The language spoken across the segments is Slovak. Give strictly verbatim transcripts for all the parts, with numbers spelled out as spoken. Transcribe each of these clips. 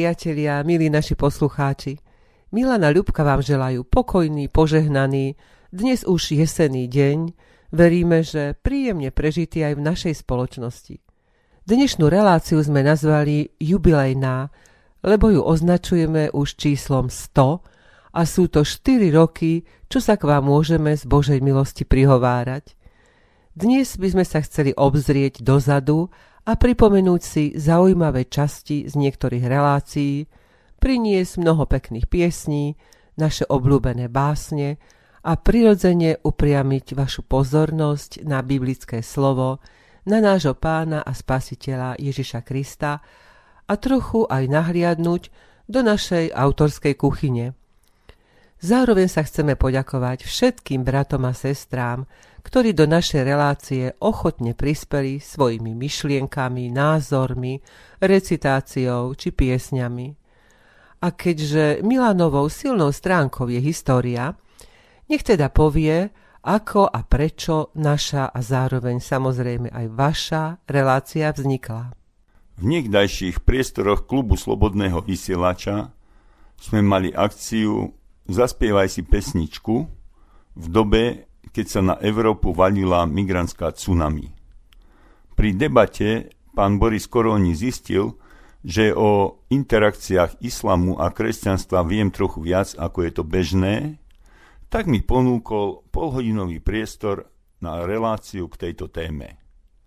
priatelia, milí naši poslucháči. Milana Ľubka vám želajú pokojný, požehnaný, dnes už jesenný deň. Veríme, že príjemne prežitý aj v našej spoločnosti. Dnešnú reláciu sme nazvali jubilejná, lebo ju označujeme už číslom sto a sú to štyri roky, čo sa k vám môžeme z Božej milosti prihovárať. Dnes by sme sa chceli obzrieť dozadu a pripomenúť si zaujímavé časti z niektorých relácií, priniesť mnoho pekných piesní, naše obľúbené básne a prirodzene upriamiť vašu pozornosť na biblické slovo, na nášho Pána a Spasiteľa Ježiša Krista a trochu aj nahliadnúť do našej autorskej kuchyne. Zároveň sa chceme poďakovať všetkým bratom a sestrám, ktorí do našej relácie ochotne prispeli svojimi myšlienkami, názormi, recitáciou či piesňami. A keďže Milanovou silnou stránkou je história, nech teda povie, ako a prečo naša a zároveň samozrejme aj vaša relácia vznikla. V niekdajších priestoroch klubu Slobodného vysielača sme mali akciu Zaspievaj si pesničku v dobe, keď sa na Európu valila migrantská tsunami. Pri debate pán Boris Koroni zistil, že o interakciách islamu a kresťanstva viem trochu viac, ako je to bežné, tak mi ponúkol polhodinový priestor na reláciu k tejto téme.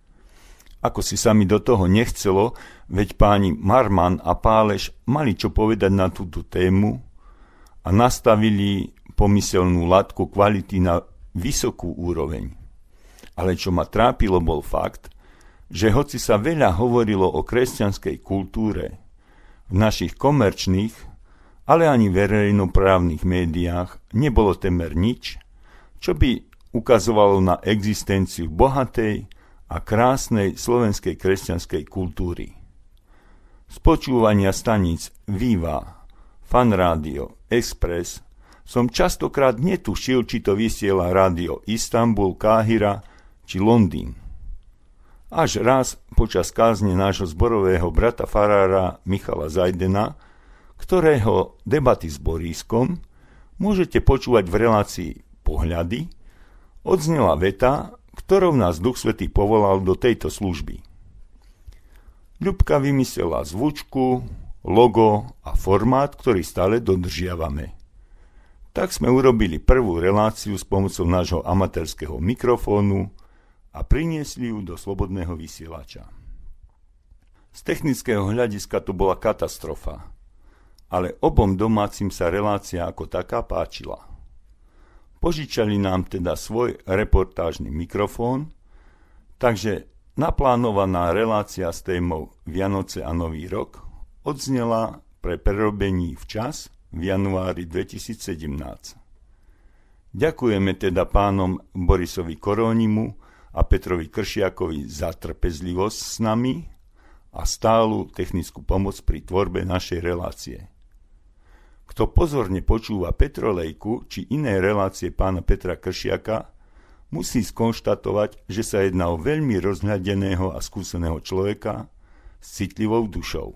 Ako si sa mi do toho nechcelo, veď páni Marman a Páleš mali čo povedať na túto tému a nastavili pomyselnú latku kvality na vysokú úroveň. Ale čo ma trápilo, bol fakt, že hoci sa veľa hovorilo o kresťanskej kultúre v našich komerčných, ale ani verejnoprávnych médiách nebolo temer nič, čo by ukazovalo na existenciu bohatej a krásnej slovenskej kresťanskej kultúry. Z počúvania staníc Viva, Fan Rádio, Express som častokrát netušil, či to vysiela rádio Istanbul, Káhira či Londýn. Až raz počas kázne nášho zborového brata farára Michala Zajdena, ktorého debaty s Borískom môžete počúvať v relácii Pohľady, odznela veta, ktorou nás Duch Svätý povolal do tejto služby. Ľubka vymyslela zvučku, logo a formát, ktorý stále dodržiavame. Tak sme urobili prvú reláciu s pomocou nášho amatérskeho mikrofónu a priniesli ju do Slobodného vysielača. Z technického hľadiska to bola katastrofa, ale obom domácim sa relácia ako taká páčila. Požičali nám teda svoj reportážny mikrofón, takže naplánovaná relácia s témou Vianoce a Nový rok odznela pre prerobení včas v januári dvetisícsedemnásť. Ďakujeme teda pánom Borisovi Korónimu a Petrovi Kršiakovi za trpezlivosť s nami a stálu technickú pomoc pri tvorbe našej relácie. Kto pozorne počúva Petrolejku či iné relácie pána Petra Kršiaka, musí skonštatovať, že sa jedná o veľmi rozhľadeného a skúseného človeka s citlivou dušou.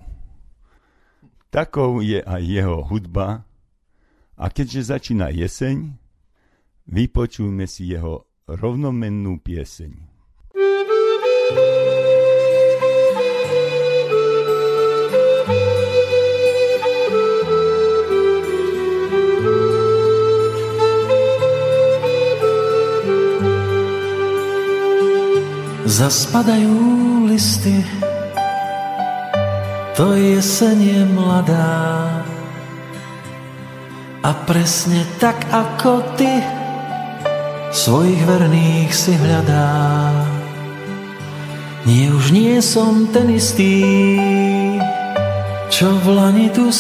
Takou je aj jeho hudba a keďže začína jeseň, vypočujme si jeho rovnomennú pieseň. Zaspadajú listy, to jeseň je mladá a presne tak ako ty svojich verných si hľadá. Nie, už nie som ten istý, čo v lani tu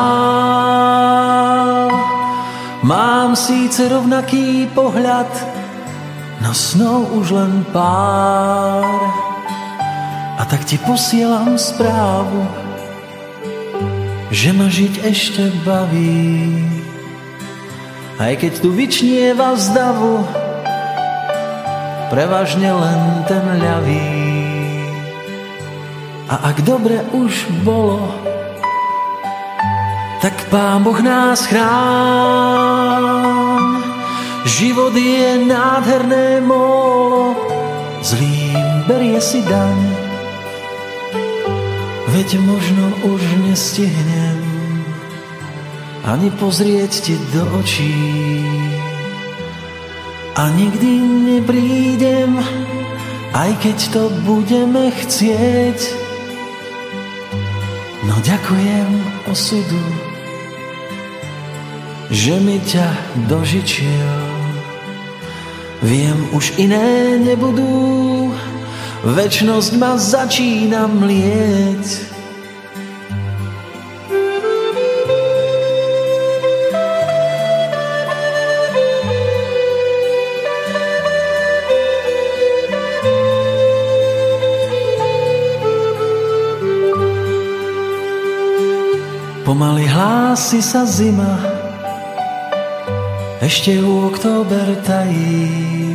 stál. Mám síce rovnaký pohľad, no snov už len pár. A tak ti posielam správu, že ma žiť ešte baví. Aj keď tu vyčnieva z davu prevažne len ten ľavý. A ak dobre už bolo, tak Pán Boh nás chrán. Život je nádherné molo, zlým berie si daň. Veď možno už nestihnem ani pozrieť ti do očí. A nikdy neprídem, aj keď to budeme chcieť. No ďakujem osudu, že mi ťa dožičiel. Viem, už iné nebudú, večnosť ma začína mlieť. Pomaly hlási sa zima, ešte u október tají.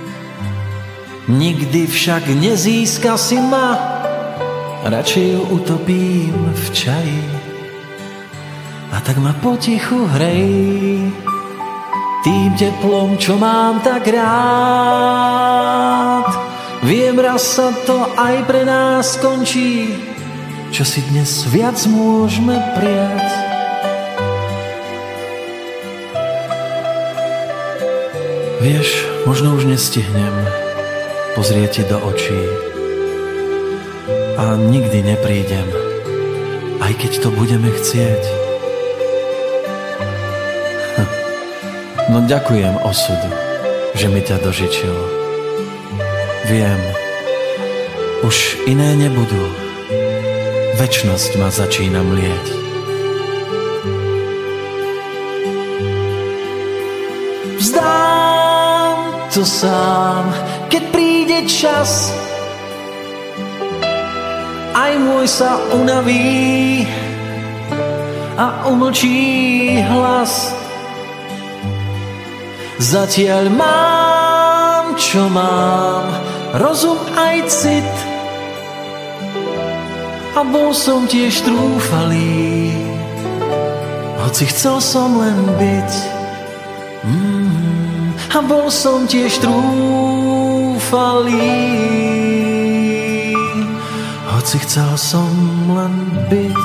Nikdy však nezíska si ma, radšej ju utopím v čaji. A tak ma potichu hrej, tým teplom, čo mám tak rád. Viem, raz sa to aj pre nás skončí, čo si dnes viac môžeme prijať. Vieš, možno už nestihnem pozrieť ti do očí a nikdy neprídem, aj keď to budeme chcieť. No ďakujem osudu, že mi ťa dožičil. Viem, už iné nebudú, večnosť ma začína mlieť. Vzdám to sám, keď príde čas. Aj môj sa unaví a umlčí hlas. Zatiaľ mám, čo mám, rozum aj cit. A bol som tiež trúfalý, hoci chcel som len byť. Mm, a bol som tiež trúfalý, hoci chcel som len byť.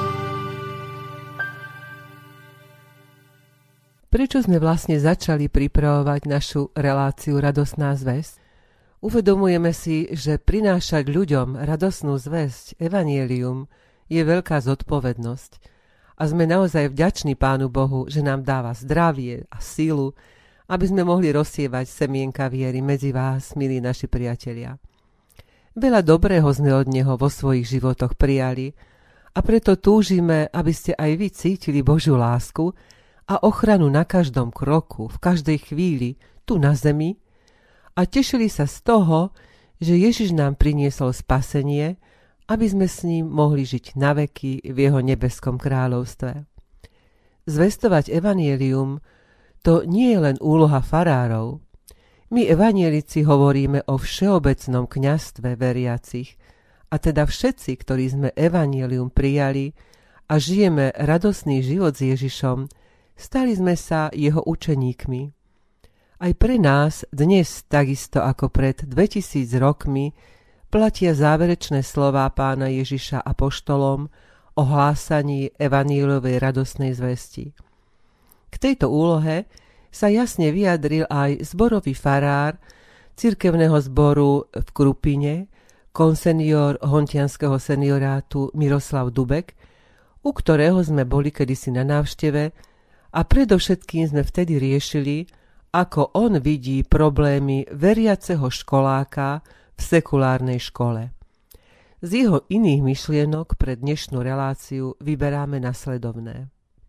Prečo sme vlastne začali pripravovať našu reláciu Radosná zvesť? Uvedomujeme si, že prinášať ľuďom radosnú zvesť, evanjelium, je veľká zodpovednosť a sme naozaj vďační Pánu Bohu, že nám dáva zdravie a sílu, aby sme mohli rozsievať semienka viery medzi vás, milí naši priatelia. Veľa dobrého sme od Neho vo svojich životoch prijali a preto túžime, aby ste aj vy cítili Božiu lásku a ochranu na každom kroku, v každej chvíli, tu na zemi, a tešili sa z toho, že Ježiš nám priniesol spasenie, aby sme s ním mohli žiť na veky v jeho nebeskom kráľovstve. Zvestovať evanjelium to nie je len úloha farárov. My evanjelici hovoríme o všeobecnom kňazstve veriacich, a teda všetci, ktorí sme evanjelium prijali a žijeme radosný život s Ježišom, stali sme sa jeho učeníkmi. Aj pre nás dnes, takisto ako pred dvetisíc rokmi, platia záverečné slová Pána Ježiša apoštolom o hlásaní evanjeliovej radosnej zvesti. K tejto úlohe sa jasne vyjadril aj zborový farár cirkevného zboru v Krupine, konsenior hontianskeho seniorátu Miroslav Dubek, u ktorého sme boli kedysi na návšteve a predovšetkým sme vtedy riešili, ako on vidí problémy veriaceho školáka v sekulárnej škole. Z jeho iných myšlienok pre dnešnú reláciu vyberáme nasledovné.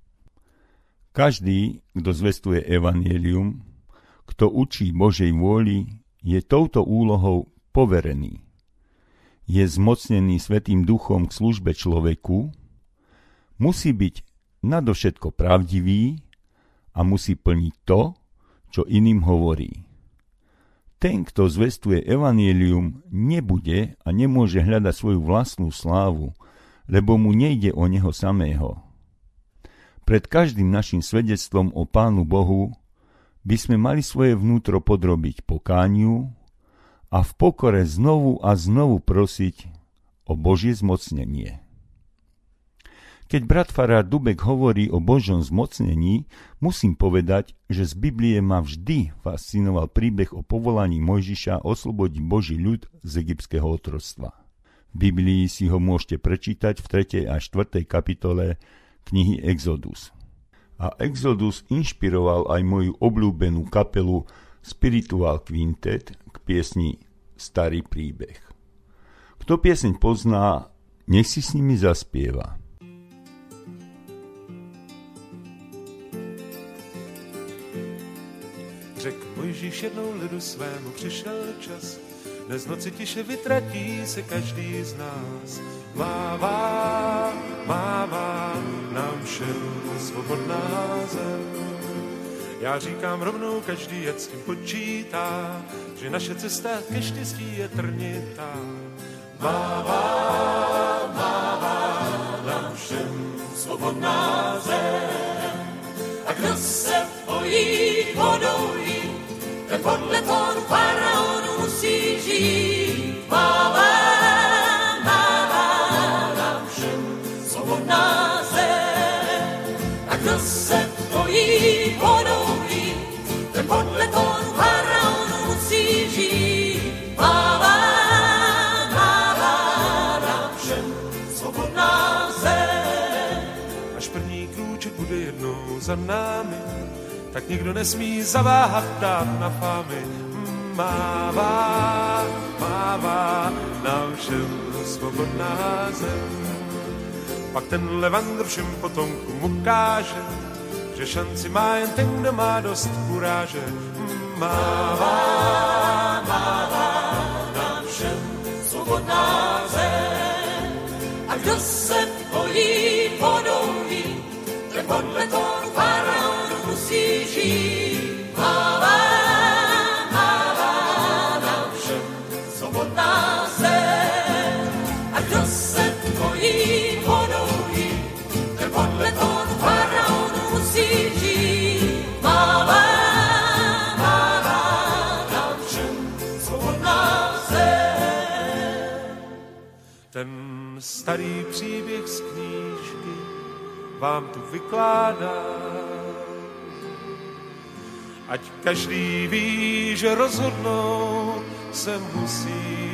Každý, kto zvestuje evanjelium, kto učí Božej vôli, je touto úlohou poverený. Je zmocnený Svätým Duchom k službe človeku, musí byť nadovšetko pravdivý a musí plniť to, čo iným hovorí. Ten, kto zvestuje evanjelium, nebude a nemôže hľadať svoju vlastnú slávu, lebo mu nejde o neho samého. Pred každým našim svedectvom o Pánu Bohu by sme mali svoje vnútro podrobiť pokániu a v pokore znovu a znovu prosiť o Božie zmocnenie. Keď brat farár Dubek hovorí o Božom zmocnení, musím povedať, že z Biblie ma vždy fascinoval príbeh o povolaní Mojžiša oslobodiť Boží ľud z egyptského otroctva. V Biblii si ho môžete prečítať v tretej a štvrtej kapitole knihy Exodus. A Exodus inšpiroval aj moju obľúbenú kapelu Spiritual Quintet k piesni Starý príbeh. Kto pieseň pozná, nech si s nimi zaspieva. Řek Mojžíš jednou lidu svému, přišel čas, dnes noci tiše vytratí se každý z nás. Mává, mává nám všem svobodná zem. Já říkám rovnou, každý ať s tím počítá, že naše cesta ke štěstí je trnitá. Mává, mává nám všem svobodná zem. A kdo se bojí vodou jít, ten podle tónu faraonu musí žít. Mává, mává nám všem svobodná zem. A kdo se bojí vodou jít, ten podle tónu faraonu musí žít. Mává, mává nám všem svobodná zem. Až první krůček bude jednou za námi, tak nikdo nesmí zaváhat dát na fámy. Mává, mává nám všem svobodná zem. Pak ten Levandr všem potomkům ukáže, že šanci má jen ten, kdo má dost kuráže. Mává, mává nám všem svobodná zem. A kdo se bojí vodou jít, ten podle tónu faraonu musí žít. Mává, mává nám všem svobodná zem. A kdo se bojí vodou jít, ten podle tónu faraonu musí žít. Mává, mává nám všem svobodná zem. Ten starý příběh z knížky vám tu vykládám. Ať každý ví, že rozhodnout se musí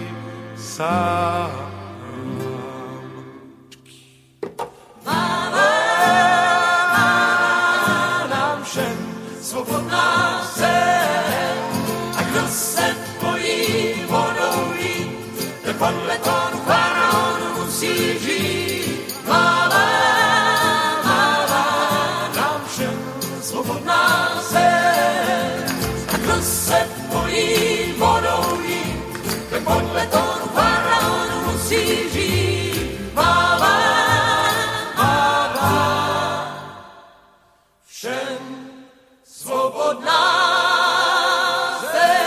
sám. Mává, mává nám všem svobodná zem. A kdo se bojí vodou jít, ten podle tónu faraonu musí žít. Mává, mává nám všem svobodná zem. A kdo se bojí vodou jít, ten podle tónu faraonu musí žít. Mává, mává všem svobodná zem.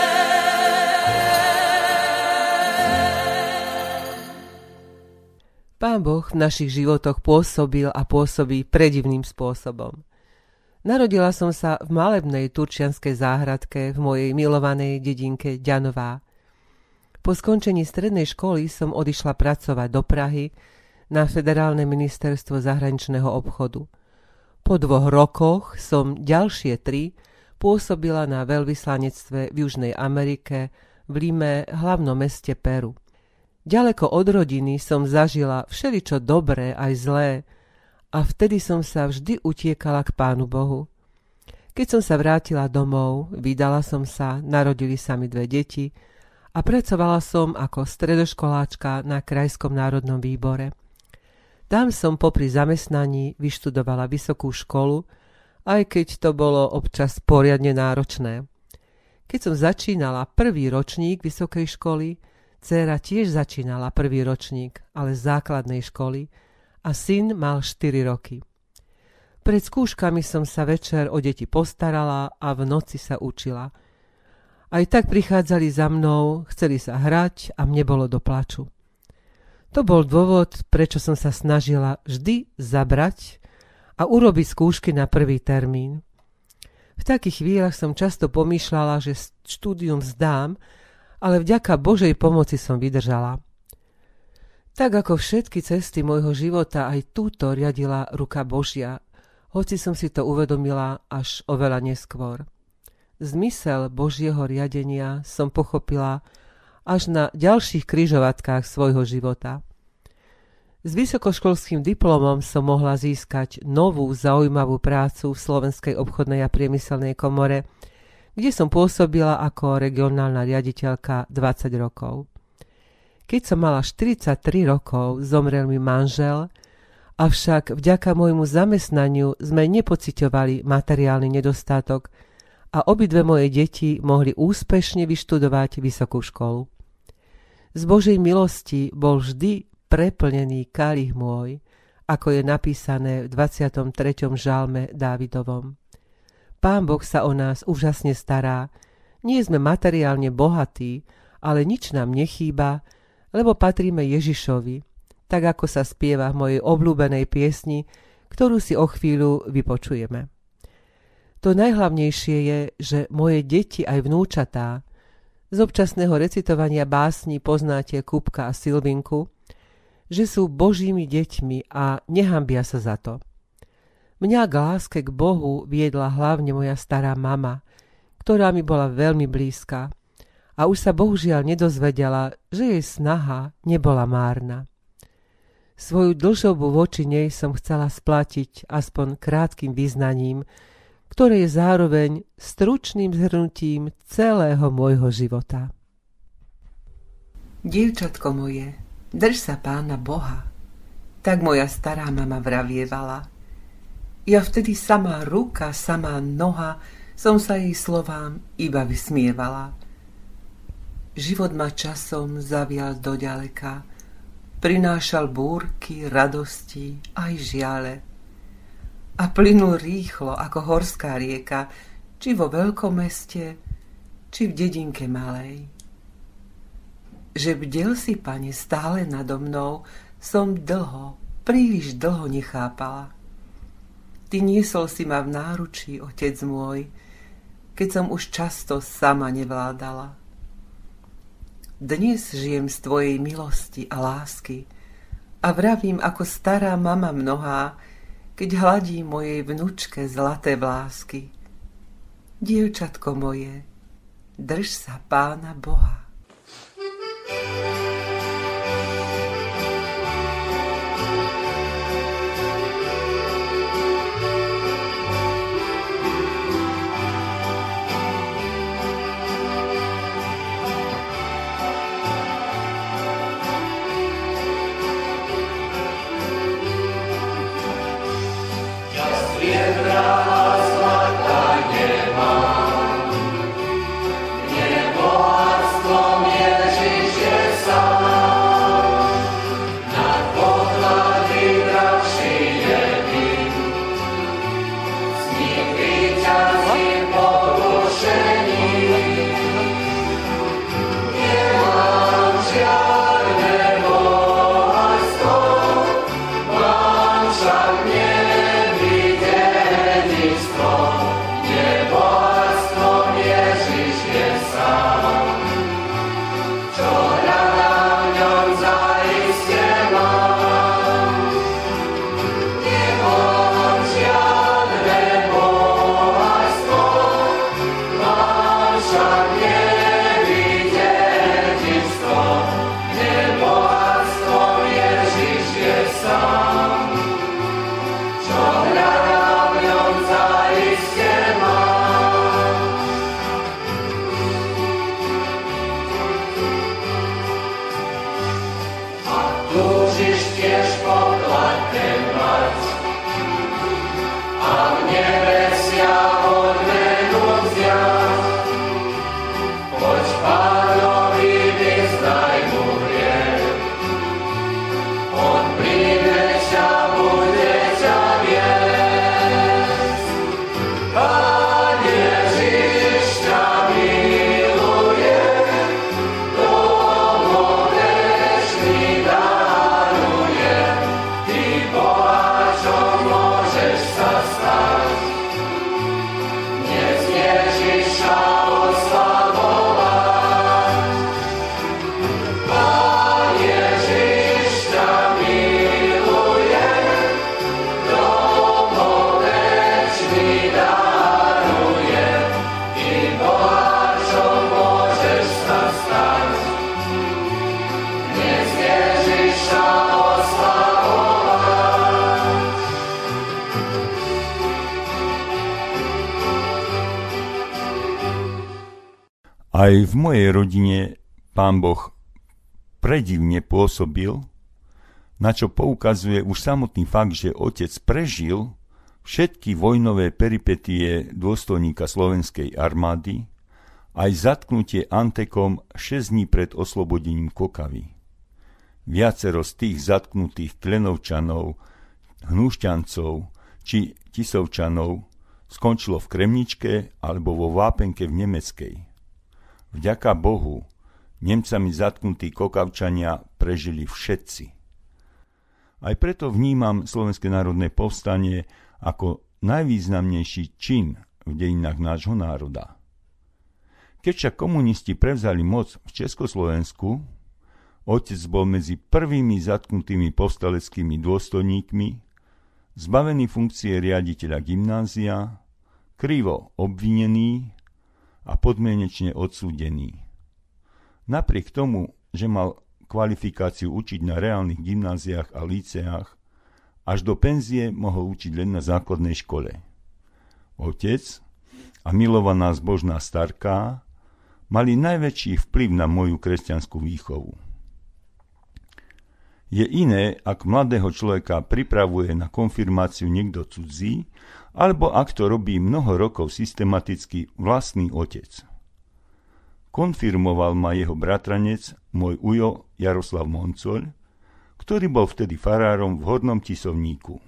Pán Boh v našich životoch pôsobil a pôsobí predivným spôsobom. Narodila som sa v malebnej turčianskej záhradke v mojej milovanej dedinke Ďanová. Po skončení strednej školy som odišla pracovať do Prahy na Federálne ministerstvo zahraničného obchodu. Po dvoch rokoch som ďalšie tri pôsobila na veľvyslanectve v Južnej Amerike v Lime, hlavnom meste Peru. Ďaleko od rodiny som zažila všeličo dobré aj zlé, a vtedy som sa vždy utiekala k Pánu Bohu. Keď som sa vrátila domov, vydala som sa, narodili sa mi dve deti a pracovala som ako stredoškoláčka na Krajskom národnom výbore. Tam som popri zamestnaní vyštudovala vysokú školu, aj keď to bolo občas poriadne náročné. Keď som začínala prvý ročník vysokej školy, dcéra tiež začínala prvý ročník, ale z základnej školy, a syn mal štyri roky. Pred skúškami som sa večer o deti postarala a v noci sa učila. Aj tak prichádzali za mnou, chceli sa hrať a mne bolo do plaču. To bol dôvod, prečo som sa snažila vždy zabrať a urobiť skúšky na prvý termín. V takých chvíľach som často pomýšľala, že štúdium vzdám, ale vďaka Božej pomoci som vydržala. Tak ako všetky cesty môjho života, aj túto riadila ruka Božia, hoci som si to uvedomila až oveľa neskôr. Zmysel Božieho riadenia som pochopila až na ďalších križovatkách svojho života. S vysokoškolským diplomom som mohla získať novú zaujímavú prácu v Slovenskej obchodnej a priemyselnej komore, kde som pôsobila ako regionálna riaditeľka dvadsať rokov. Keď som mala štyridsaťtri rokov, zomrel mi manžel, avšak vďaka môjmu zamestnaniu sme nepociťovali materiálny nedostatok a obidve moje deti mohli úspešne vyštudovať vysokú školu. Z Božej milosti bol vždy preplnený kalich môj, ako je napísané v dvadsiatom treťom žalme Dávidovom. Pán Boh sa o nás úžasne stará, nie sme materiálne bohatí, ale nič nám nechýba, lebo patríme Ježišovi, tak ako sa spieva v mojej obľúbenej piesni, ktorú si o chvíľu vypočujeme. To najhlavnejšie je, že moje deti aj vnúčatá, z občasného recitovania básni poznáte Kupka a Silvinku, že sú Božími deťmi a nehambia sa za to. Mňa k láske k Bohu viedla hlavne moja stará mama, ktorá mi bola veľmi blízka, a už sa bohužiaľ nedozvedela, že jej snaha nebola márna. Svoju dlžobu voči nej som chcela splatiť aspoň krátkym vyznaním, ktoré je zároveň stručným zhrnutím celého môjho života. Dievčatko moje, drž sa Pána Boha, tak moja stará mama vravievala. Ja vtedy samá ruka, samá noha som sa jej slovám iba vysmievala. Život ma časom zavial do ďaleka, prinášal búrky, radosti aj žiale. A plynul rýchlo ako horská rieka, či vo veľkom meste, či v dedinke malej. Že bdel si, Pane, stále nado mnou, som dlho, príliš dlho nechápala. Ty niesol si ma v náručí, Otec môj, keď som už často sama nevládala. Dnes žijem z Tvojej milosti a lásky a vravím ako stará mama mnohá, keď hladí mojej vnučke zlaté vlásky. Dievčatko moje, drž sa Pána Boha. Zlato Aj v mojej rodine Pán Boh predivne pôsobil, na čo poukazuje už samotný fakt, že otec prežil všetky vojnové peripetie dôstojníka slovenskej armády, aj zatknutie Antekom šesť dní pred oslobodením Kokavy. Viacero z tých zatknutých Klenovčanov, Hnúšťancov či Tisovčanov skončilo v Kremničke alebo vo Vápenke v Nemeckej. Vďaka Bohu, Nemcami zatknutí Kokavčania prežili všetci. Aj preto vnímam Slovenské národné povstanie ako najvýznamnejší čin v dejinách nášho národa. Keď však komunisti prevzali moc v Československu, otec bol medzi prvými zatknutými povstaleckými dôstojníkmi, zbavený funkcie riaditeľa gymnázia, krivo obvinený a podmienečne odsúdený. Napriek tomu, že mal kvalifikáciu učiť na reálnych gymnáziách a líceách, až do penzie mohol učiť len na základnej škole. Otec a milovaná zbožná starká mali najväčší vplyv na moju kresťanskú výchovu. Je iné, ak mladého človeka pripravuje na konfirmáciu niekto cudzí, alebo ak to robí mnoho rokov systematicky vlastný otec. Konfirmoval ma jeho bratranec, môj ujo Jaroslav Moncoľ, ktorý bol vtedy farárom v Hornom Tisovníku.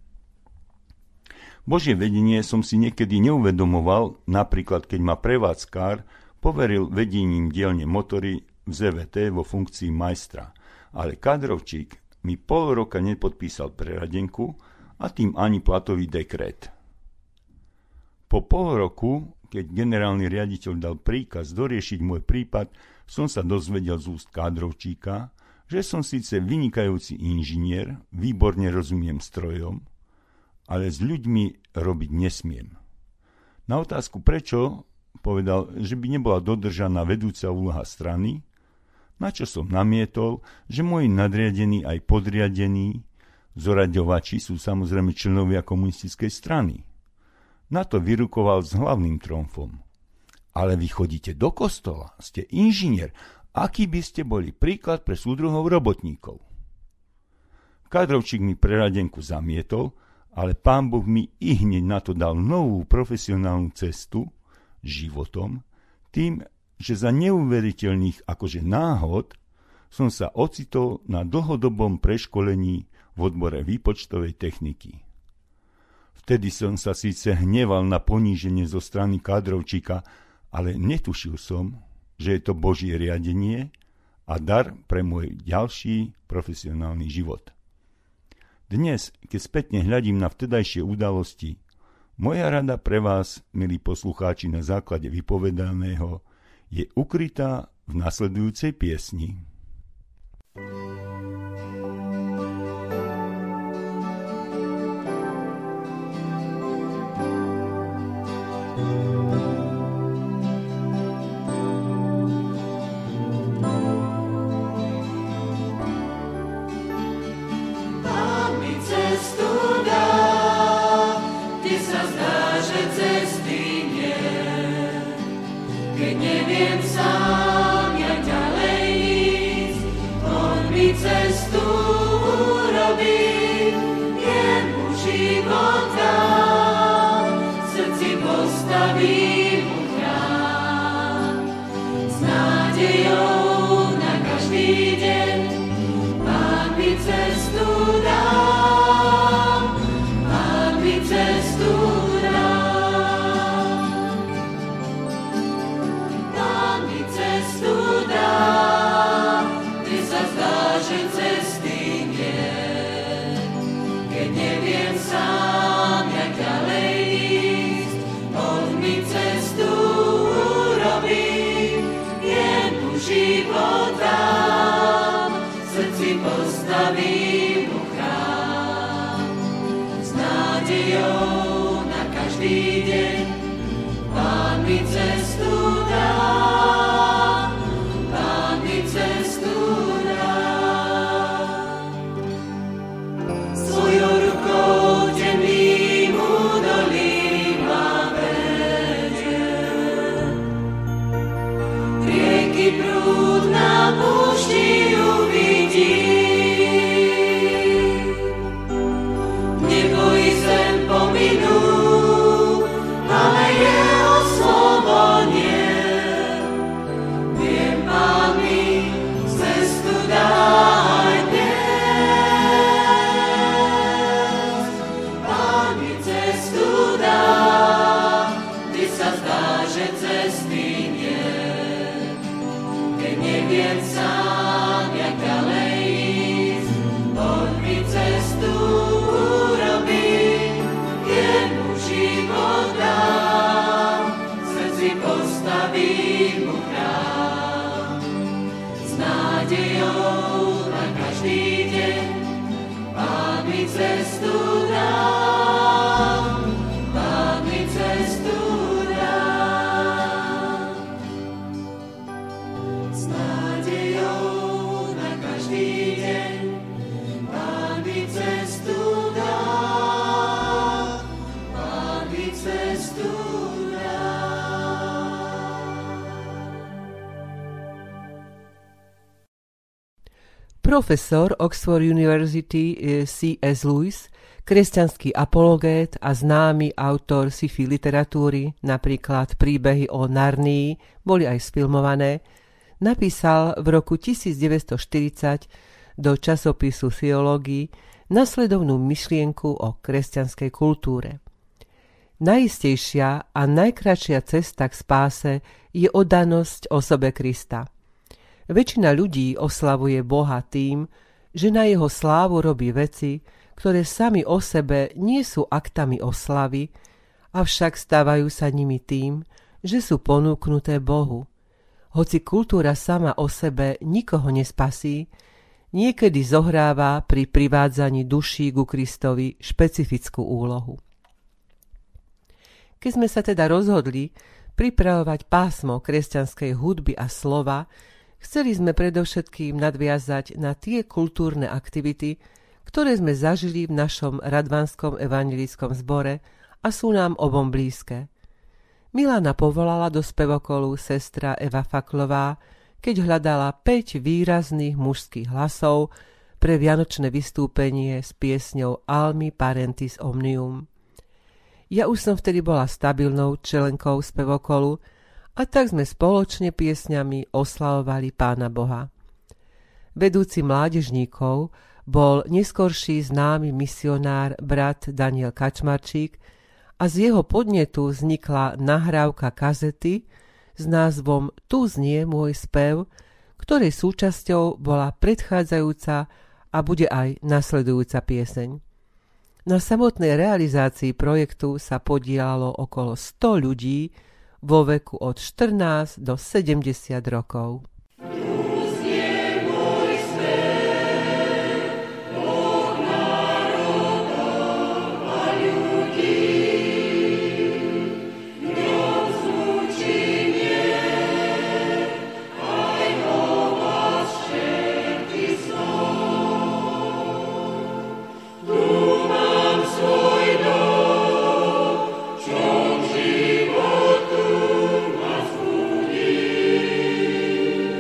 Božie vedenie som si niekedy neuvedomoval, napríklad keď ma prevádzkár poveril vedením dielne motory v zet vé té vo funkcii majstra, ale kadrovčík mi pol roka nepodpísal preradenku a tým ani platový dekret. Po pol roku, keď generálny riaditeľ dal príkaz doriešiť môj prípad, som sa dozvedel z úst kádrovčíka, že som síce vynikajúci inžinier, výborne rozumiem strojom, ale s ľuďmi robiť nesmiem. Na otázku prečo, povedal, že by nebola dodržaná vedúca úloha strany, na čo som namietol, že moji nadriadení aj podriadení zoraďovači sú samozrejme členovia komunistickej strany. Na to vyrukoval s hlavným tromfom. Ale vy chodíte do kostola, ste inžinier, aký by ste boli príklad pre súdruhov robotníkov. Kadrovčík mi preradenku zamietol, ale Pán Boh mi i hneď na to dal novú profesionálnu cestu životom, tým, že za neuveriteľných akože náhod som sa ocitol na dlhodobom preškolení v odbore výpočtovej techniky. Vtedy som sa síce hneval na poníženie zo strany kádrovčíka, ale netušil som, že je to Božie riadenie a dar pre môj ďalší profesionálny život. Dnes, keď spätne hľadím na vtedajšie udalosti, moja rada pre vás, milí poslucháči, na základe vypovedaného, je ukrytá v nasledujúcej piesni. prúd na púšti uvidí. Nebo i zem pominú, ale jeho slovo nie. Viem, Pán mi cestu daj dnes. Pán mi cestu dá, kde sa zdá, že cesty nie. Keď neviem sám, jak ďalej ísť, on mi cestu urobí. Jemu život dám, v srdci postavím mu chrám. S nádejou na každý deň, Pán mi cestu dám, Pán mi cestu dám. S nádejou na každý deň, Pán mi cestu dám, Pán mi cestu dám. Profesor Oxford University C S Lewis, kresťanský apologét a známy autor sci-fi literatúry, napríklad príbehy o Narnii, boli aj sfilmované, napísal v roku devätnásťstoštyridsať do časopisu Theologii nasledovnú myšlienku o kresťanskej kultúre. Najistejšia a najkratšia cesta k spáse je oddanosť osobe Krista. Väčšina ľudí oslavuje Boha tým, že na jeho slávu robí veci, ktoré sami o sebe nie sú aktami oslavy, avšak stávajú sa nimi tým, že sú ponúknuté Bohu. Hoci kultúra sama o sebe nikoho nespasí, niekedy zohráva pri privádzaní duší ku Kristovi špecifickú úlohu. Keď sme sa teda rozhodli pripravovať pásmo kresťanskej hudby a slova, chceli sme predovšetkým nadviazať na tie kultúrne aktivity, ktoré sme zažili v našom radvanskom evanjelickom zbore a sú nám obom blízke. Milana povolala do spevokolu sestra Eva Faklová, keď hľadala päť výrazných mužských hlasov pre vianočné vystúpenie s piesňou Almi Parentis Omnium. Ja už som vtedy bola stabilnou členkou spevokolu, a tak sme spoločne piesňami oslavovali Pána Boha. Vedúci mládežníkov bol neskorší známy misionár brat Daniel Kačmarčík a z jeho podnetu vznikla nahrávka kazety s názvom Tu znie môj spev, ktorej súčasťou bola predchádzajúca a bude aj nasledujúca pieseň. Na samotnej realizácii projektu sa podielalo okolo sto ľudí vo veku od štrnásť do sedemdesiat rokov. Životu ma zbudí.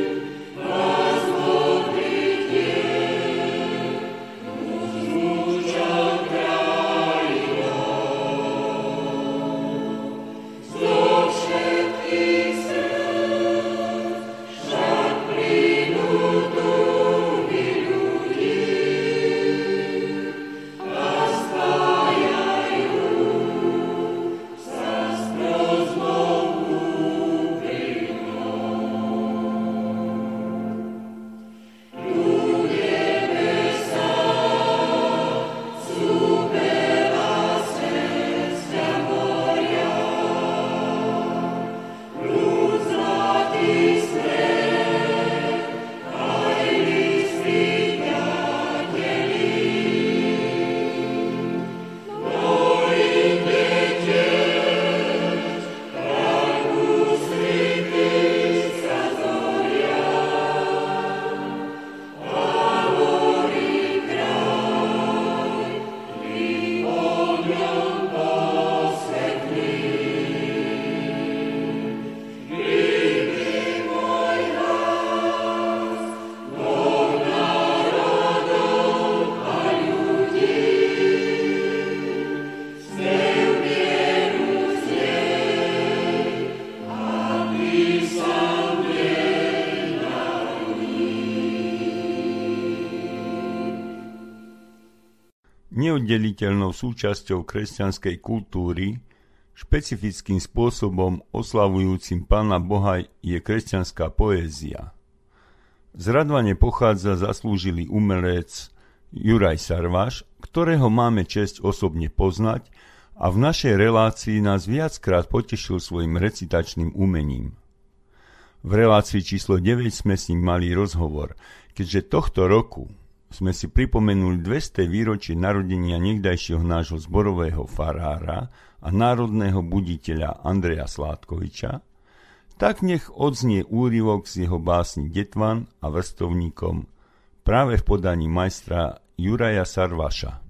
neoddeliteľnou súčasťou kresťanskej kultúry, špecifickým spôsobom oslavujúcim Pána Boha je kresťanská poézia. Z Radvane pochádza zaslúžilý umelec Juraj Sarvaš, ktorého máme česť osobne poznať a v našej relácii nás viackrát potešil svojim recitačným umením. V relácii číslo deväť sme s ním mali rozhovor, keďže tohto roku sme si pripomenuli dvesto výročie narodenia niekdajšieho nášho zborového farára a národného buditeľa Andreja Sládkoviča, tak nech odznie úryvok z jeho básni Detvan a vrstovníkom práve v podaní majstra Juraja Sarvaša.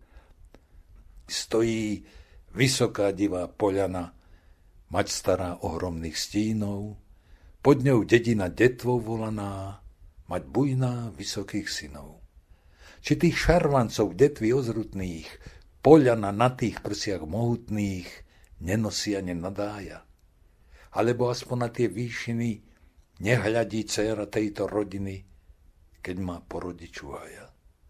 Stojí vysoká divá poľana, mať stará ohromných stínov, pod ňou dedina detvou volaná, mať bujná vysokých synov. Či tých šarvancov detvy ozrutných, poľana na tých prsiach mohutných, nenosia, nenadája. Alebo aspoň na tie výšiny nehľadí dcéra tejto rodiny, keď má porodičuaja.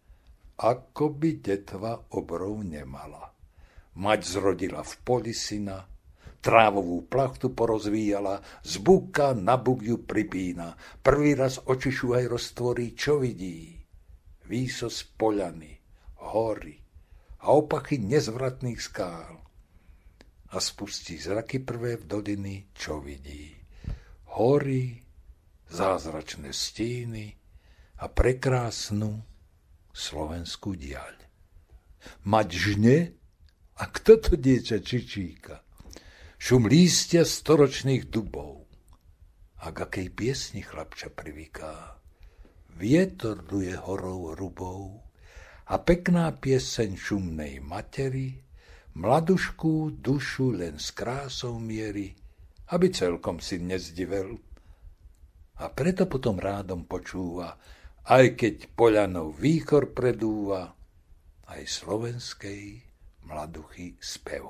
Ako by detva obrov nemala. Mať zrodila v poli syna, trávovú plachtu porozvíjala, z buka na buk ju pripína. Prvý raz očišu aj roztvorí, čo vidí? Výsos poľany, hory a opachy nezvratných skál. A spustí zraky prvé v doliny, čo vidí? Hory, zázračné stíny a prekrásnu slovenskú diaľ. Mať žne? A kto to dieťa čičíka? Šum lístia storočných dubov. A k akej piesni chlapča privyká? Vietor duje horou hrubou a pekná pieseň šumnej materi mladušku dušu len s krásou mierí, aby celkom si nezdivel. A preto potom rádom počúva, aj keď poľanou výchor predúva, aj slovenskej mladuchy spev.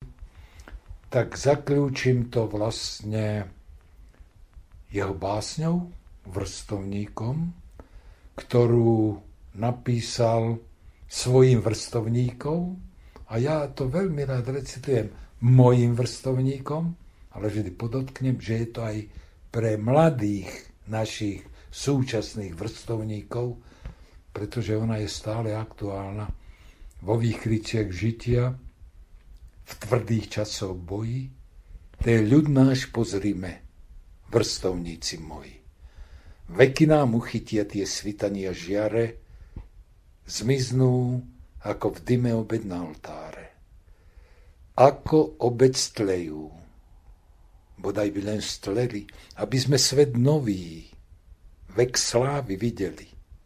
Tak zakľúčim to vlastne jeho básňou, Vrstovníkom, ktorú napísal svojim vrstovníkom, a ja to veľmi rád recitujem mojim vrstovníkom, ale vždy podotknem, že je to aj pre mladých našich súčasných vrstovníkov, pretože ona je stále aktuálna vo výkričiach žitia, v tvrdých časoch boji. To je ľud náš, pozrime, vrstovníci moji. Veky nám uchytia tie svitania žiare, zmiznú ako v dyme obed na oltáre. Ako obed stlejú, bodaj by len stleli, aby sme svet nový, vek slávy videli.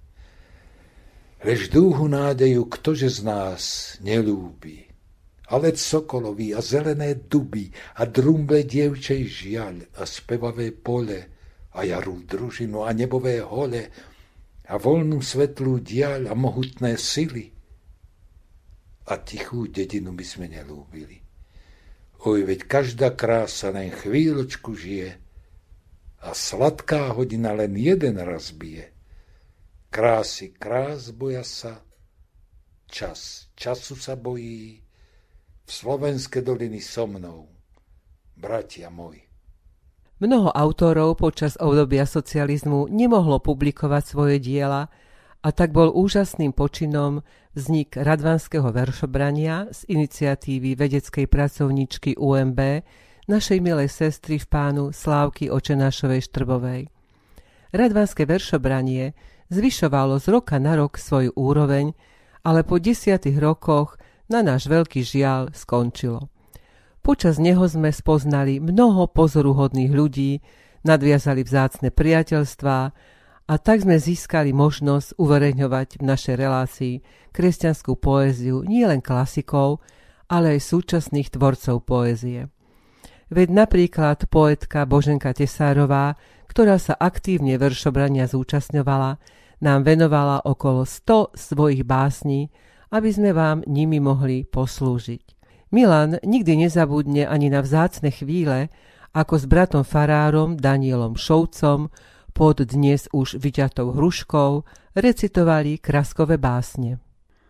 Lež dúhu nádeju ktože z nás nelúbi, ale sokolový a zelené duby a drumble dievčej žiaľ a spevavé pole, a jarú družinu a nebové hole a voľnú svetlú diaľ a mohutné sily. A tichú dedinu by sme nelúbili. Oj, veď každá krása len chvíľočku žije a sladká hodina len jeden raz bije. Krásy krás boja sa, čas času sa bojí, v slovenské doliny so mnou, bratia moji. Mnoho autorov počas obdobia socializmu nemohlo publikovať svoje diela a tak bol úžasným počinom vznik radvanského veršobrania z iniciatívy vedeckej pracovničky ú em bé, našej milej sestry v Pánu Slávky Očenášovej Štrbovej. Radvanské veršobranie zvyšovalo z roka na rok svoju úroveň, ale po desiatich rokoch na náš veľký žiaľ skončilo. Počas neho sme spoznali mnoho pozoruhodných ľudí, nadviazali vzácne priateľstvá a tak sme získali možnosť uverejňovať v našej relácii kresťanskú poéziu nielen klasikov, ale aj súčasných tvorcov poézie. Veď napríklad poetka Boženka Tesárová, ktorá sa aktívne veršobrania zúčastňovala, nám venovala okolo sto svojich básní, aby sme vám nimi mohli poslúžiť. Milan nikdy nezabudne ani na vzácne chvíle, ako s bratom farárom Danielom Šoucom pod dnes už vyťatou hruškou recitovali kraskové básne. A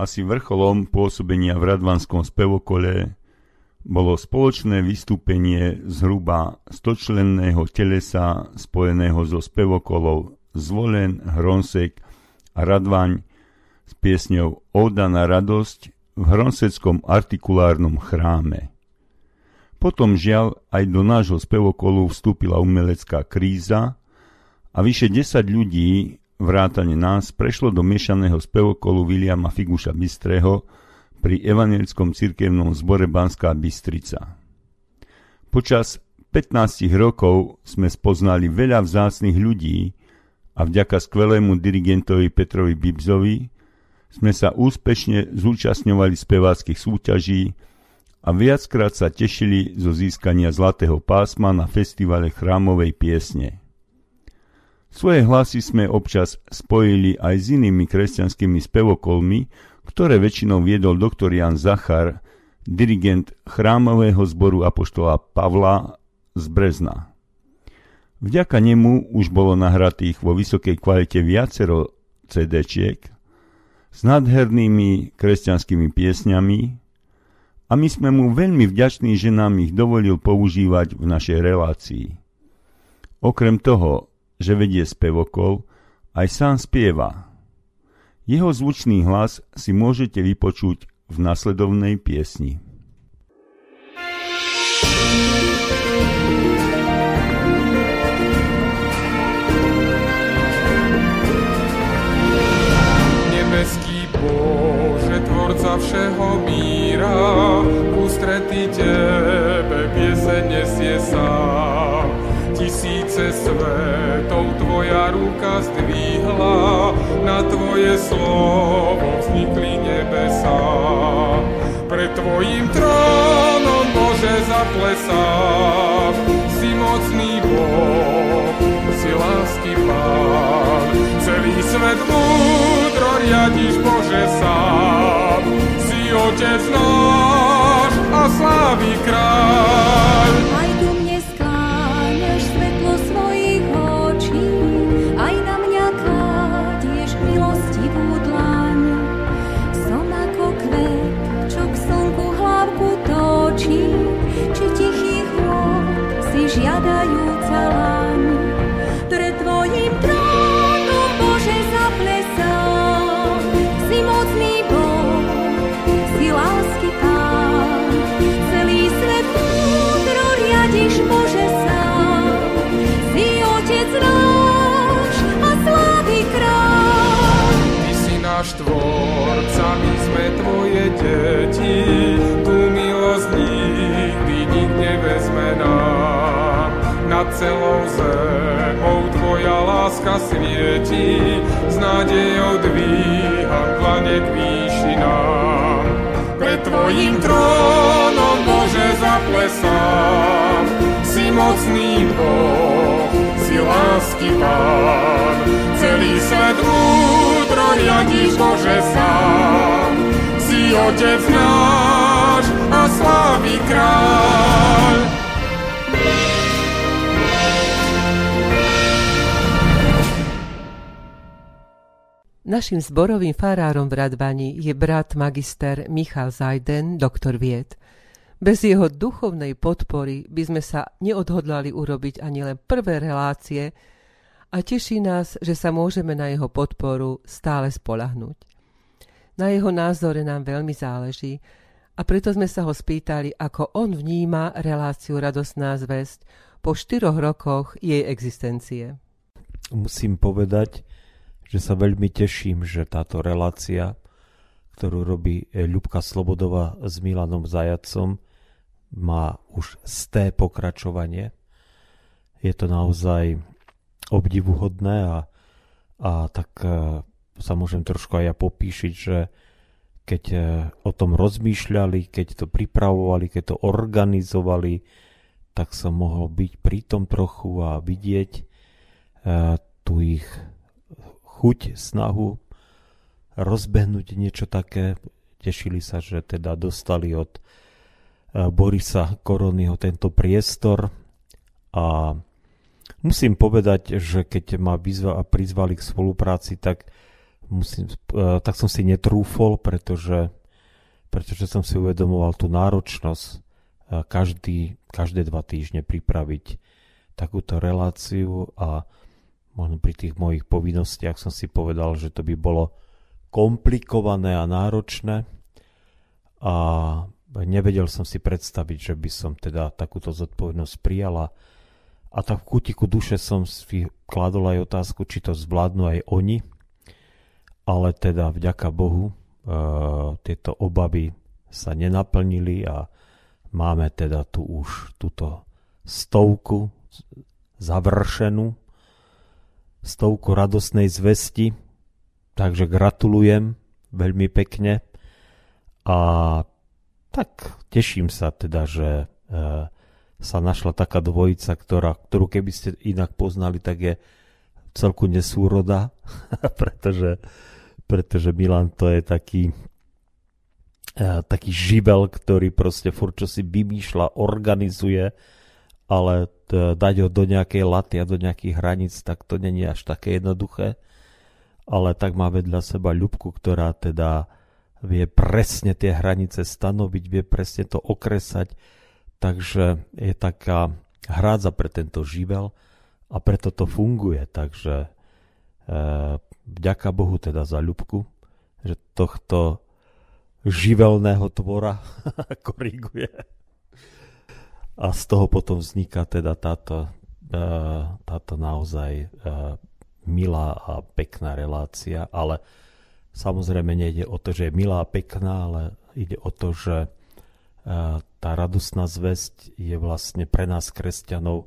asi vrcholom pôsobenia v Radvanskom spevokole bolo spoločné vystúpenie zhruba stočlenného telesa spojeného so spevokolov Zvolen, Hronsek a Radvaň s piesňou Óda na radosť v Hronseckom artikulárnom chráme. Potom žiaľ aj do nášho spevokolu vstúpila umelecká kríza a vyše desať ľudí, vrátane nás, prešlo do miešaného spevokolu Viliama Figuša Bystreho pri evanjelickom cirkevnom zbore Banská Bystrica. Počas pätnásť rokov sme spoznali veľa vzácnych ľudí a vďaka skvelému dirigentovi Petrovi Bibzovi sme sa úspešne zúčastňovali speváckych súťaží a viackrát sa tešili zo získania zlatého pásma na festivale chrámovej piesne. Svoje hlasy sme občas spojili aj s inými kresťanskými spevokolmi, ktoré väčšinou viedol doktor Jan Zachar, dirigent chrámového zboru apoštola Pavla z Brezna. Vďaka nemu už bolo nahratých vo vysokej kvalite viacero cé déčiek s nádhernými kresťanskými piesňami a my sme mu veľmi vďační, že nám ich dovolil používať v našej relácii. Okrem toho, že vedie spevokol, aj sám spieva. Jeho zvučný hlas si môžete vypočuť v nasledovnej piesni. Nebeský Bože, tvorca všeho míra, ústretí Tebe pieseň nesie sám. Tisíce svetov Tvoja ruka zdvihla, na Tvoje slovo vznikli nebesá. Pred Tvojim trónom, Bože, zaplesáv, si mocný Boh, si lásky Pán. Celý svet múdro riadiš, Bože, sám, si Otec náš a slávy kráľ. Aj tu mne skláňaš svetlo svojich očí, aj na mňa kladieš milostivú dlaň. Som ako kvet, čo k slnku hlavku točí, či tichých vôd si žiadajúca laň. Pred Tvojim trónom, Bože, zaplesám, si mocný Boh, si lásky Pán. Celý svet múdro riadiš, Bože, sám, si Otec náš a slávy kráľ. Ty si náš tvorca, my sme Tvoje deti, tú milosť nikdy nik nevezme nám. Nad celou zemou Tvoja láska svieti, s nádejou dvíham dlane k výšinám. Pred Tvojim trónom, Bože, zaplesám, si mocný Boh, si lásky Pán. Celý svet múdro riadiš, Bože, sám, si Otec náš a slávy kráľ. Naším zborovým farárom v Radvani je brat magister Michal Zajden, doktor vied. Bez jeho duchovnej podpory by sme sa neodhodlali urobiť ani len prvé relácie a teší nás, že sa môžeme na jeho podporu stále spoľahnúť. Na jeho názore nám veľmi záleží a preto sme sa ho spýtali, ako on vníma reláciu Radostná zvesť po štyroch rokoch jej existencie. Musím povedať, že sa veľmi teším, že táto relácia, ktorú robí Ľubka Slobodová s Milanom Zajacom, má už sté pokračovanie. Je to naozaj obdivuhodné a, a tak sa môžem trošku aj ja popíšiť, že keď o tom rozmýšľali, keď to pripravovali, keď to organizovali, tak som mohol byť pri tom trochu a vidieť tu ich chuť, snahu rozbehnúť niečo také. Tešili sa, že teda dostali od Borisa Koronyho tento priestor a musím povedať, že keď ma vyzva a prizvali k spolupráci, tak musím, tak som si netrúfol, pretože, pretože som si uvedomoval tú náročnosť každý, každé dva týždne pripraviť takúto reláciu a možno pri tých mojich povinnostiach som si povedal, že to by bolo komplikované a náročné a nevedel som si predstaviť, že by som teda takúto zodpovednosť prijala. A tak v kútiku duše som si kladol aj otázku, či to zvládnu aj oni, ale teda vďaka Bohu e, tieto obavy sa nenaplnili a máme teda tu už túto stovku završenú, stovku radosnej zvesti, takže gratulujem veľmi pekne a tak teším sa teda, že e, sa našla taká dvojica, ktorá, ktorú keby ste inak poznali, tak je celku nesúroda, pretože, pretože Milan to je taký, uh, taký živel, ktorý proste furt čo si vymýšľa, organizuje, ale t- dať ho do nejakej laty a do nejakých hraníc, tak to není až také jednoduché. Ale tak má vedľa seba Ľubku, ktorá teda vie presne tie hranice stanoviť, vie presne to okresať. Takže je taká hrádza pre tento živel a preto to funguje. Takže e, vďaka Bohu teda za Ľubku, že tohto živelného tvora koriguje. A z toho potom vzniká teda táto, e, táto naozaj e, milá a pekná relácia. Ale samozrejme nejde o to, že je milá a pekná, ale ide o to, že tá radostná zvesť je vlastne pre nás kresťanov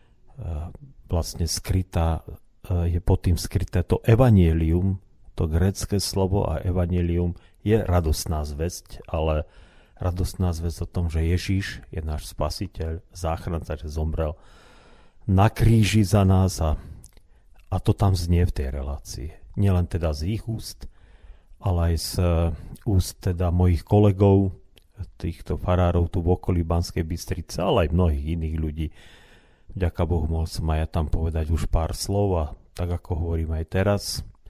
vlastne skrytá, je pod tým skryté to evanielium, to grécke slovo a evanielium je radostná zvesť, ale radostná zvesť o tom, že Ježiš je náš spasiteľ, záchranca, že zomrel na kríži za nás a, a to tam znie v tej relácii. Nielen teda z ich úst, ale aj z úst teda mojich kolegov, týchto farárov tu v okolí Banskej Bystrice, ale aj mnohých iných ľudí. Vďaka Bohu mohol som aj ja tam povedať už pár slov a tak ako hovorím aj teraz.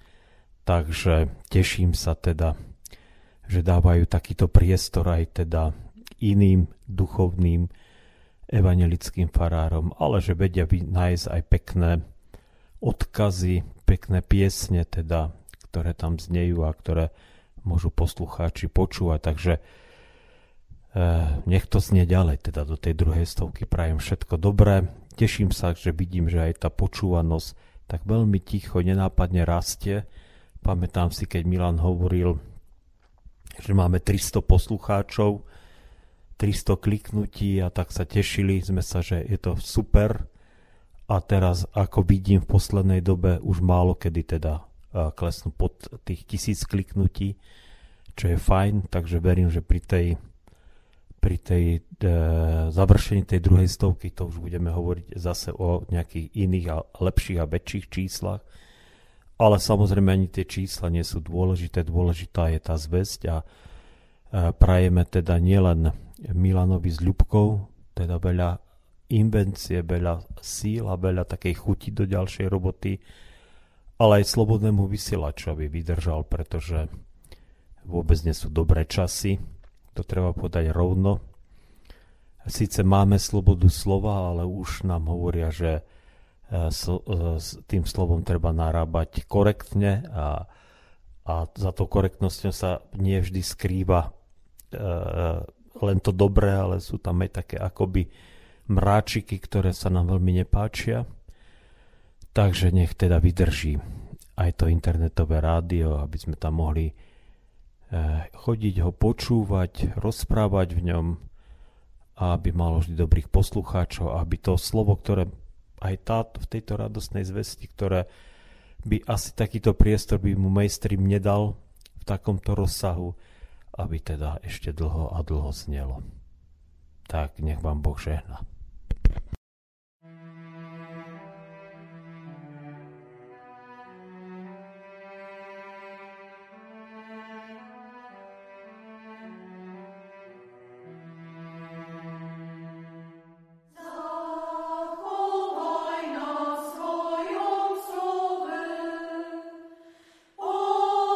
Takže teším sa teda, že dávajú takýto priestor aj teda iným duchovným evanjelickým farárom, ale že vedia nájsť aj pekné odkazy, pekné piesne teda, ktoré tam znejú a ktoré môžu poslucháči počúvať. Takže nech to znie ďalej, teda do tej druhej stovky prajem všetko dobré. Teším sa, že vidím, že aj tá počúvanosť tak veľmi ticho, nenápadne rastie. Pamätám si, keď Milan hovoril, že máme tristo poslucháčov, tristo kliknutí a tak sa tešili sme sa, že je to super. A teraz, ako vidím v poslednej dobe, už málo kedy teda klesnú pod tých tisíc kliknutí, čo je fajn, takže verím, že pri tej pri tej e, završení tej druhej stovky to už budeme hovoriť zase o nejakých iných a lepších a väčších číslach. Ale samozrejme ani tie čísla nie sú dôležité. Dôležitá je tá zvesť a e, prajeme teda nielen Milanovi s Ľubkou, teda veľa invencie, veľa síl a veľa takej chuti do ďalšej roboty, ale aj slobodnému vysielaču, aby vydržal, pretože vôbec nie sú dobré časy. To treba povedať rovno. Síce máme slobodu slova, ale už nám hovoria, že s tým slovom treba narábať korektne a, a za tou korektnosťou sa nie vždy skrýva e, len to dobré, ale sú tam aj také akoby mráčiky, ktoré sa nám veľmi nepáčia. Takže nech teda vydrží aj to internetové rádio, aby sme tam mohli chodiť ho počúvať, rozprávať v ňom a aby malo vždy dobrých poslucháčov a aby to slovo, ktoré aj táto, v tejto radostnej zvesti, ktoré by asi takýto priestor by mu mainstream nedal v takomto rozsahu, aby teda ešte dlho a dlho znelo. Tak nech vám Boh žehná. Oh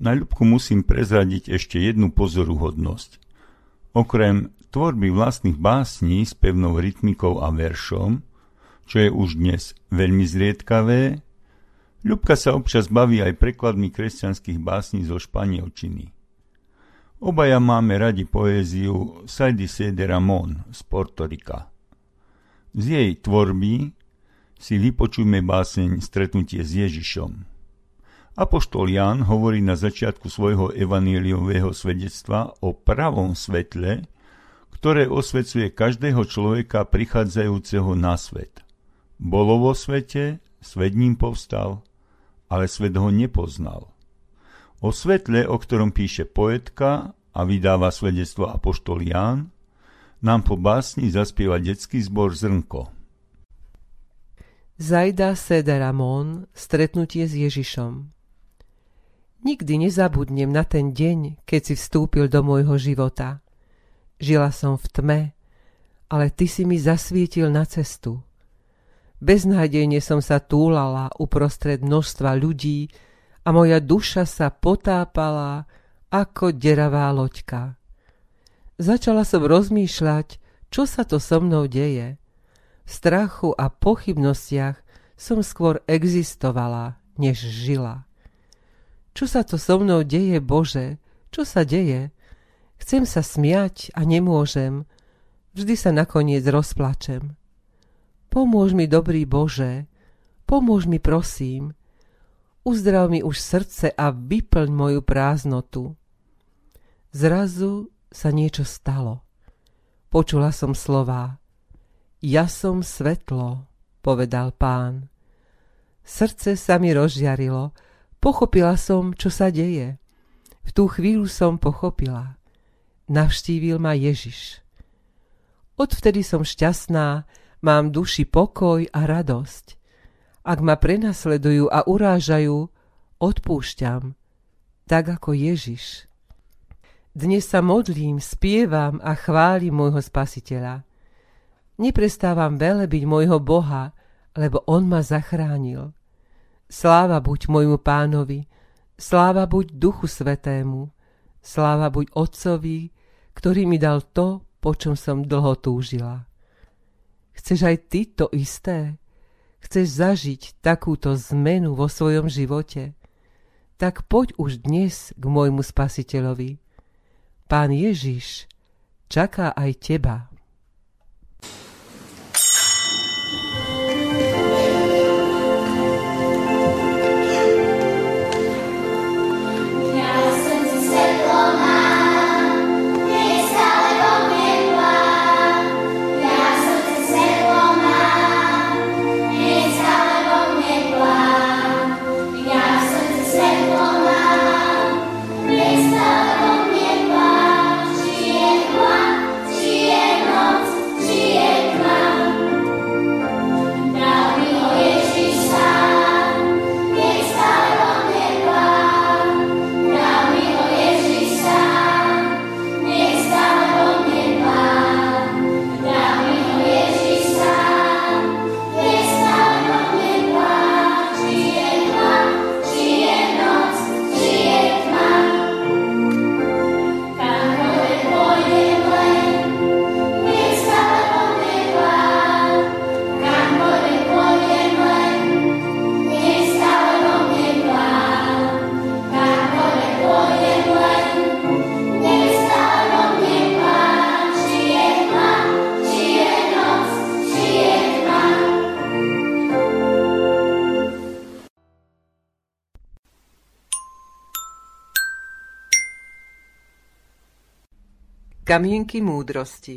Na Ľubku musím prezradiť ešte jednu pozoruhodnosť. Okrem tvorby vlastných básní s pevnou rytmikou a veršom, čo je už dnes veľmi zriedkavé, Ľubka sa občas baví aj prekladmi kresťanských básní zo španielčiny. Obaja máme radi poéziu Saidy de Ramón z Portorika. Z jej tvorby si vypočujme báseň Stretnutie s Ježišom. Apoštol Ján hovorí na začiatku svojho evanjeliového svedectva o pravom svetle, ktoré osvecuje každého človeka prichádzajúceho na svet. Bolo vo svete, svet ním povstal, ale svet ho nepoznal. O svetle, o ktorom píše poetka a vydáva svedectvo apoštol Ján, nám po básni zaspieva detský zbor Zrnko. Zaida de Ramón, Stretnutie s Ježišom. Nikdy nezabudnem na ten deň, keď si vstúpil do môjho života. Žila som v tme, ale ty si mi zasvietil na cestu. Beznádejne som sa túlala uprostred množstva ľudí a moja duša sa potápala ako deravá loďka. Začala som rozmýšľať, čo sa to so mnou deje. V strachu a pochybnostiach som skôr existovala, než žila. Čo sa to so mnou deje, Bože? Čo sa deje? Chcem sa smiať a nemôžem. Vždy sa nakoniec rozplačem. Pomôž mi, dobrý Bože, pomôž mi, prosím. Uzdrav mi už srdce a vyplň moju prázdnotu. Zrazu sa niečo stalo. Počula som slová. Ja som svetlo, povedal Pán. Srdce sa mi rozžiarilo. Pochopila som, čo sa deje. V tú chvíľu som pochopila. Navštívil ma Ježiš. Odvtedy som šťastná, mám duši pokoj a radosť. Ak ma prenasledujú a urážajú, odpúšťam, tak ako Ježiš. Dnes sa modlím, spievam a chválim môjho Spasiteľa. Neprestávam velebiť môjho Boha, lebo On ma zachránil. Sláva buď môjmu Pánovi, sláva buď Duchu Svätému, sláva buď Otcovi, ktorý mi dal to, po čom som dlho túžila. Chceš aj ty to isté? Chceš zažiť takúto zmenu vo svojom živote? Tak poď už dnes k môjmu Spasiteľovi. Pán Ježiš čaká aj teba. Kamienky múdrosti.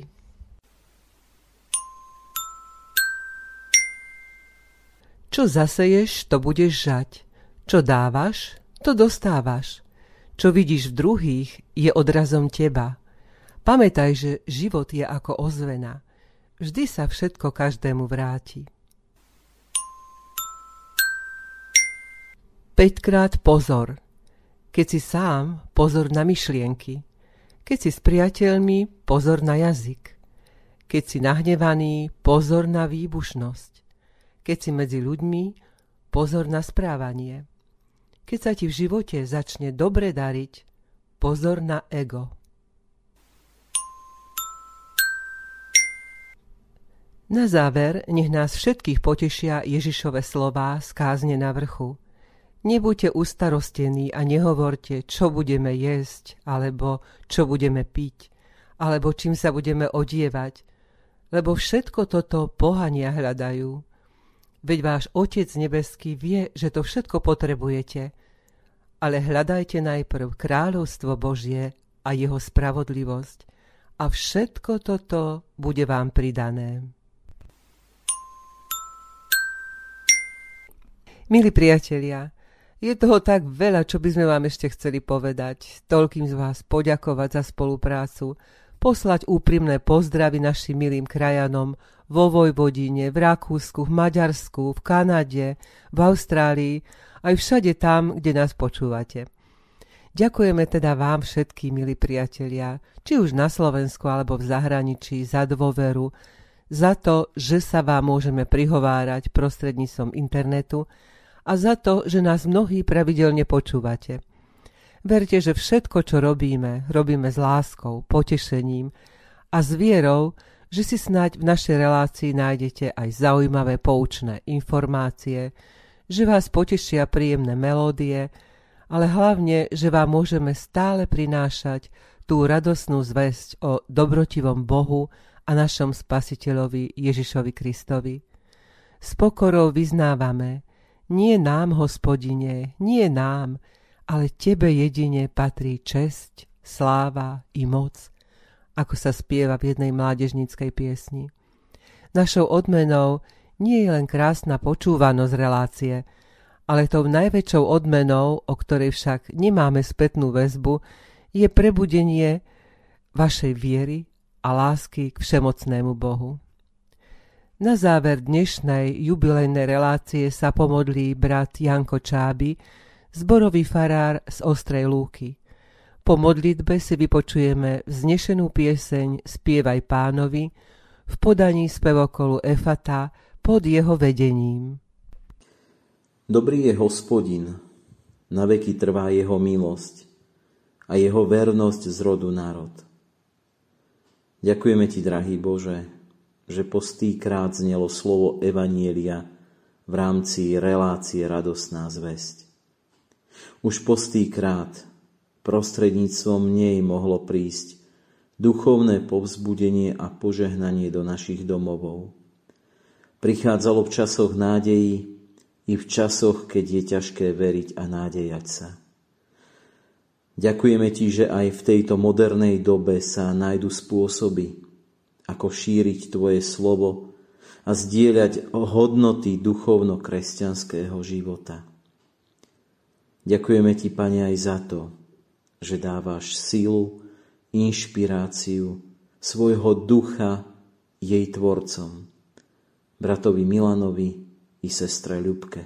Čo zaseješ, to budeš žať. Čo dávaš, to dostávaš. Čo vidíš v druhých, je odrazom teba. Pamätaj, že život je ako ozvena. Vždy sa všetko každému vráti. Päťkrát pozor. Keď si sám, pozor na myšlienky. Keď si s priateľmi, pozor na jazyk. Keď si nahnevaný, pozor na výbušnosť. Keď si medzi ľuďmi, pozor na správanie. Keď sa ti v živote začne dobre dariť, pozor na ego. Na záver nech nás všetkých potešia Ježišove slová z kázne na vrchu. Nebuďte ustarostení a nehovorte, čo budeme jesť, alebo čo budeme piť, alebo čím sa budeme odievať, lebo všetko toto pohania hľadajú. Veď váš Otec nebeský vie, že to všetko potrebujete, ale hľadajte najprv kráľovstvo Božie a jeho spravodlivosť a všetko toto bude vám pridané. Milí priatelia, je toho tak veľa, čo by sme vám ešte chceli povedať, toľkým z vás poďakovať za spoluprácu, poslať úprimné pozdravy našim milým krajanom vo Vojvodine, v Rakúsku, v Maďarsku, v Kanade, v Austrálii, aj všade tam, kde nás počúvate. Ďakujeme teda vám všetkým, milí priatelia, či už na Slovensku alebo v zahraničí, za dôveru, za to, že sa vám môžeme prihovárať prostredníctvom internetu, a za to, že nás mnohí pravidelne počúvate. Verte, že všetko, čo robíme, robíme s láskou, potešením a s vierou, že si snáď v našej relácii nájdete aj zaujímavé poučné informácie, že vás potešia príjemné melódie, ale hlavne, že vám môžeme stále prinášať tú radosnú zvesť o dobrotivom Bohu a našom Spasiteľovi Ježišovi Kristovi. S pokorou vyznávame: nie nám, Hospodine, nie nám, ale Tebe jedine patrí česť, sláva i moc, ako sa spieva v jednej mládežníckej piesni. Našou odmenou nie je len krásna počúvanosť relácie, ale tou najväčšou odmenou, o ktorej však nemáme spätnú väzbu, je prebudenie vašej viery a lásky k všemocnému Bohu. Na záver dnešnej jubilejnej relácie sa pomodlí brat Janko Čáby, zborový farár z Ostrej Lúky. Po modlitbe si vypočujeme vznešenú pieseň Spievaj Pánovi v podaní spevokolu Efata pod jeho vedením. Dobrý je Hospodin, na veky trvá jeho milosť a jeho vernosť z rodu národ. Ďakujeme ti, drahý Bože, že po stýkrát znelo slovo Evanielia v rámci relácie Radostná zvesť. Už po stýkrát prostredníctvom nej mohlo prísť duchovné povzbudenie a požehnanie do našich domovov. Prichádzalo v časoch nádejí i v časoch, keď je ťažké veriť a nádejať sa. Ďakujeme ti, že aj v tejto modernej dobe sa nájdu spôsoby, ako šíriť tvoje slovo a zdieľať hodnoty duchovno-kresťanského života. Ďakujeme ti, Pane, aj za to, že dávaš silu, inšpiráciu svojho ducha jej tvorcom, bratovi Milanovi i sestre Ľubke.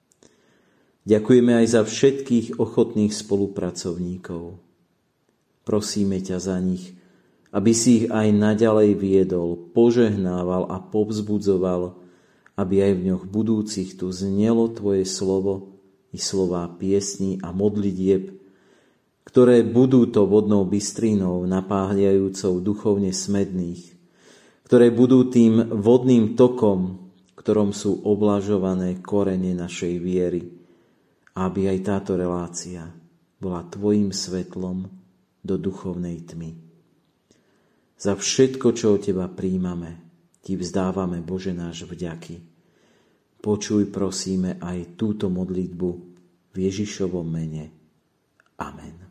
Ďakujeme aj za všetkých ochotných spolupracovníkov. Prosíme ťa za nich, aby si ich aj naďalej viedol, požehnával a povzbudzoval, aby aj v ňoch budúcich tu znelo tvoje slovo i slová piesní a modlitieb, ktoré budú to vodnou bystrínou napájajúcou duchovne smedných, ktoré budú tým vodným tokom, ktorom sú oblažované korene našej viery, aby aj táto relácia bola tvojim svetlom do duchovnej tmy. Za všetko, čo od teba príjmame, ti vzdávame, Bože náš, vďaky. Počuj, prosíme, aj túto modlitbu v Ježišovom mene. Amen.